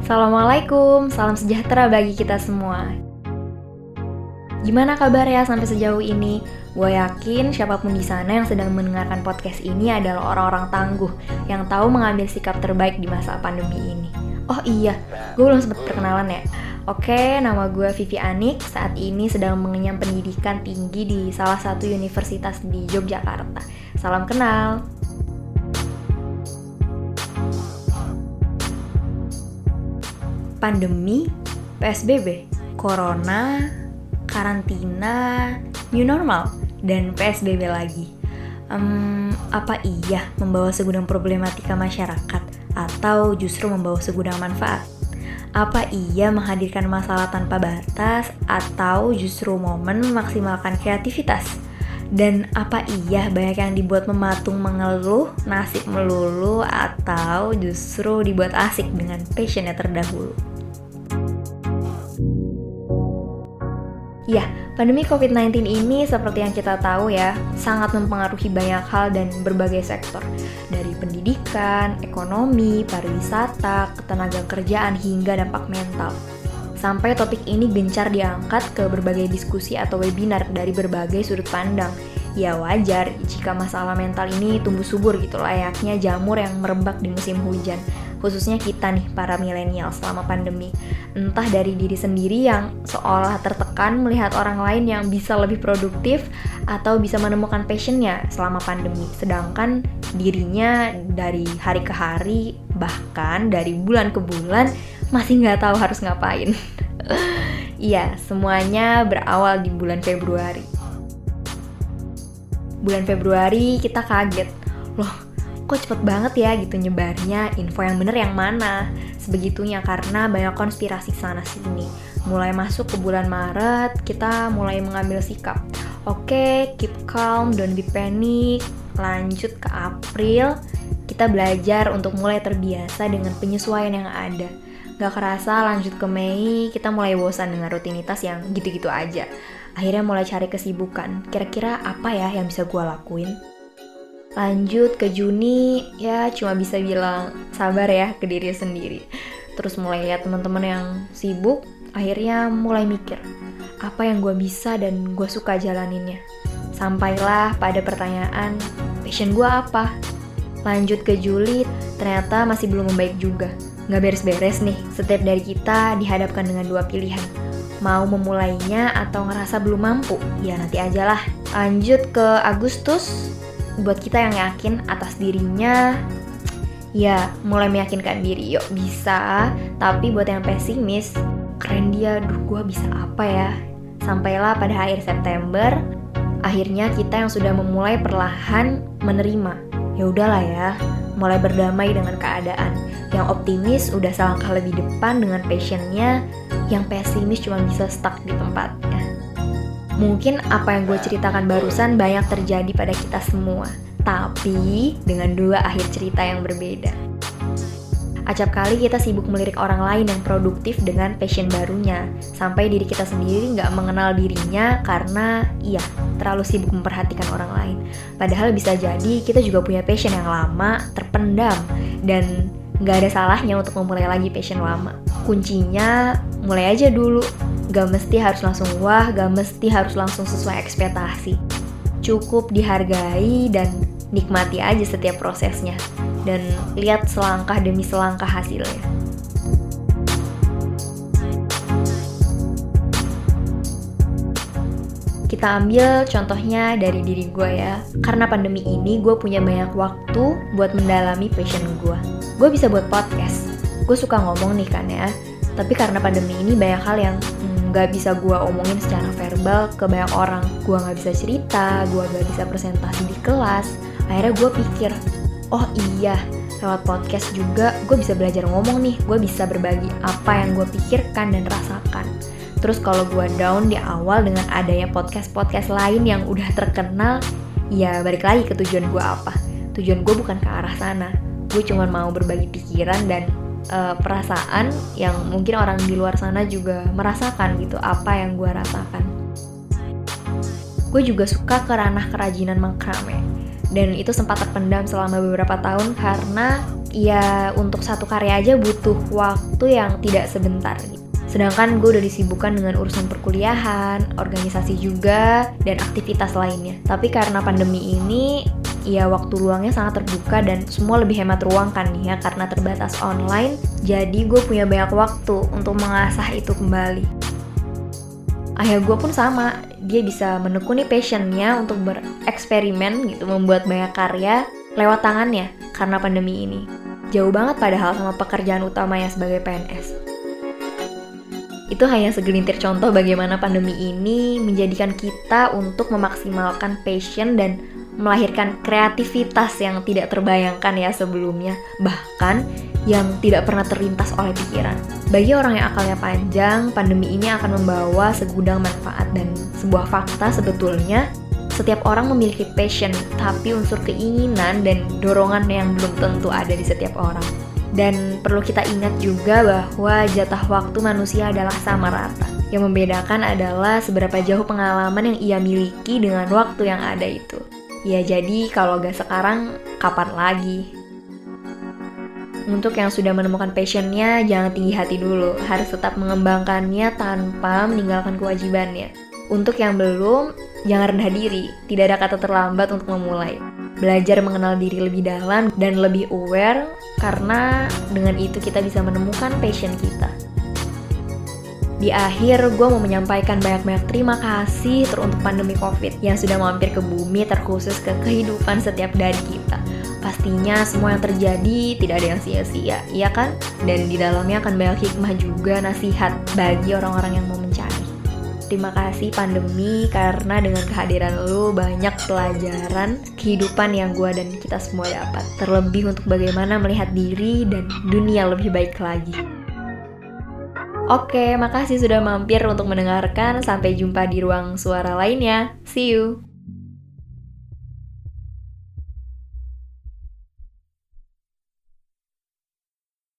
Assalamualaikum, salam sejahtera bagi kita semua. Gimana kabar ya sampai sejauh ini? Gue yakin siapapun di sana yang sedang mendengarkan podcast ini adalah orang-orang tangguh yang tahu mengambil sikap terbaik di masa pandemi ini. Oh iya, gue belum sempat perkenalan ya. Oke, nama gue Vivi Anik, saat ini sedang mengenyam pendidikan tinggi di salah satu universitas di Yogyakarta. Salam kenal. Pandemi, PSBB, Corona, karantina, new normal, dan PSBB lagi. Apa iya membawa segudang problematika masyarakat atau justru membawa segudang manfaat? Apa iya menghadirkan masalah tanpa batas atau justru momen memaksimalkan kreativitas? Dan apa iya banyak yang dibuat mematung mengeluh, nasib melulu, atau justru dibuat asik dengan passionnya terdahulu? Ya, pandemi COVID-19 ini seperti yang kita tahu ya, sangat mempengaruhi banyak hal dan berbagai sektor. Dari pendidikan, ekonomi, pariwisata, ketenagakerjaan hingga dampak mental. Sampai topik ini gencar diangkat ke berbagai diskusi atau webinar dari berbagai sudut pandang. Ya wajar jika masalah mental ini tumbuh subur gitu layaknya jamur yang merebak di musim hujan. Khususnya kita nih para milenial selama pandemi. Entah dari diri sendiri yang seolah tertekan melihat orang lain yang bisa lebih produktif atau bisa menemukan passionnya selama pandemi. Sedangkan dirinya dari hari ke hari, bahkan dari bulan ke bulan masih nggak tahu harus ngapain. Iya, semuanya berawal di bulan Februari. Bulan Februari kita kaget. Loh, kok cepet banget ya gitu nyebarnya, info yang bener yang mana? Sebegitunya karena banyak konspirasi sana-sini. Mulai masuk ke bulan Maret, kita mulai mengambil sikap. Oke, keep calm, don't be panic. Lanjut ke April, kita belajar untuk mulai terbiasa dengan penyesuaian yang ada. Gak kerasa lanjut ke Mei, kita mulai bosan dengan rutinitas yang gitu-gitu aja. Akhirnya mulai cari kesibukan. Kira-kira apa ya yang bisa gue lakuin? Lanjut ke Juni, ya cuma bisa bilang sabar ya ke diri sendiri. Terus mulai lihat teman-teman yang sibuk, akhirnya mulai mikir, apa yang gue bisa dan gue suka jalaninnya. Sampailah pada pertanyaan, passion gue apa? Lanjut ke Juli, ternyata masih belum membaik juga. Gak beres-beres nih, setiap dari kita dihadapkan dengan dua pilihan. Mau memulainya atau ngerasa belum mampu? Ya nanti aja lah. Lanjut ke Agustus, buat kita yang yakin atas dirinya, ya mulai meyakinkan diri, yuk bisa. Tapi buat yang pesimis, keren dia, duh gue bisa apa ya? Sampailah pada akhir September, akhirnya kita yang sudah memulai perlahan menerima. Ya udahlah ya, mulai berdamai dengan keadaan. Yang optimis udah selangkah lebih depan dengan passionnya, yang pesimis cuma bisa stuck di tempatnya. Mungkin apa yang gue ceritakan barusan banyak terjadi pada kita semua, tapi dengan dua akhir cerita yang berbeda. Acap kali kita sibuk melirik orang lain yang produktif dengan passion barunya, sampai diri kita sendiri gak mengenal dirinya karena terlalu sibuk memperhatikan orang lain. Padahal bisa jadi kita juga punya passion yang lama, terpendam, dan gak ada salahnya untuk memulai lagi passion lama. Kuncinya mulai aja dulu. Gak mesti harus langsung wah, gak mesti harus langsung sesuai ekspektasi. Cukup dihargai dan nikmati aja setiap prosesnya. Dan lihat selangkah demi selangkah hasilnya. Kita ambil contohnya dari diri gue ya. Karena pandemi ini gue punya banyak waktu buat mendalami passion gue. Gue bisa buat podcast. Gue suka ngomong nih kan ya. Tapi karena pandemi ini banyak hal yang gak bisa gue omongin secara verbal ke banyak orang. Gue gak bisa cerita, gue gak bisa presentasi di kelas. Akhirnya gue pikir, oh iya, lewat podcast juga gue bisa belajar ngomong nih. Gue bisa berbagi apa yang gue pikirkan dan rasakan. Terus kalau gue down di awal dengan adanya podcast-podcast lain yang udah terkenal, ya balik lagi ke tujuan gue apa. Tujuan gue bukan ke arah sana. Gue cuma mau berbagi pikiran dan perasaan yang mungkin orang di luar sana juga merasakan gitu, apa yang gue rasakan. Gue juga suka ke ranah kerajinan makrame, dan itu sempat terpendam selama beberapa tahun karena ya untuk satu karya aja butuh waktu yang tidak sebentar gitu. Sedangkan gue udah disibukkan dengan urusan perkuliahan, organisasi juga, dan aktivitas lainnya. Tapi karena pandemi ini, ya waktu luangnya sangat terbuka dan semua lebih hemat ruang kan ya karena terbatas online. Jadi gue punya banyak waktu untuk mengasah itu kembali. Ayah gue pun sama, dia bisa menekuni passionnya untuk bereksperimen gitu, membuat banyak karya lewat tangannya karena pandemi ini. Jauh banget padahal sama pekerjaan utamanya sebagai PNS. Itu hanya segelintir contoh bagaimana pandemi ini menjadikan kita untuk memaksimalkan passion dan melahirkan kreativitas yang tidak terbayangkan ya sebelumnya, bahkan yang tidak pernah terlintas oleh pikiran. Bagi orang yang akalnya panjang, pandemi ini akan membawa segudang manfaat dan sebuah fakta sebetulnya setiap orang memiliki passion, tapi unsur keinginan dan dorongan yang belum tentu ada di setiap orang. Dan perlu kita ingat juga bahwa jatah waktu manusia adalah sama rata. Yang membedakan adalah seberapa jauh pengalaman yang ia miliki dengan waktu yang ada itu. Ya jadi kalau gak sekarang, kapan lagi? Untuk yang sudah menemukan passionnya, jangan tinggi hati dulu. Harus tetap mengembangkannya tanpa meninggalkan kewajibannya. Untuk yang belum, jangan rendah diri. Tidak ada kata terlambat untuk memulai. Belajar mengenal diri lebih dalam dan lebih aware, karena dengan itu kita bisa menemukan passion kita. Di akhir, gue mau menyampaikan banyak-banyak terima kasih untuk pandemi COVID yang sudah mampir ke bumi terkhusus ke kehidupan setiap dari kita. Pastinya semua yang terjadi tidak ada yang sia-sia, iya kan? Dan di dalamnya akan banyak hikmah juga, nasihat bagi orang-orang yang mau mencari. Terima kasih pandemi, karena dengan kehadiran lu banyak pelajaran kehidupan yang gue dan kita semua dapat. Terlebih untuk bagaimana melihat diri dan dunia lebih baik lagi. Oke, makasih sudah mampir untuk mendengarkan. Sampai jumpa di ruang suara lainnya. See you!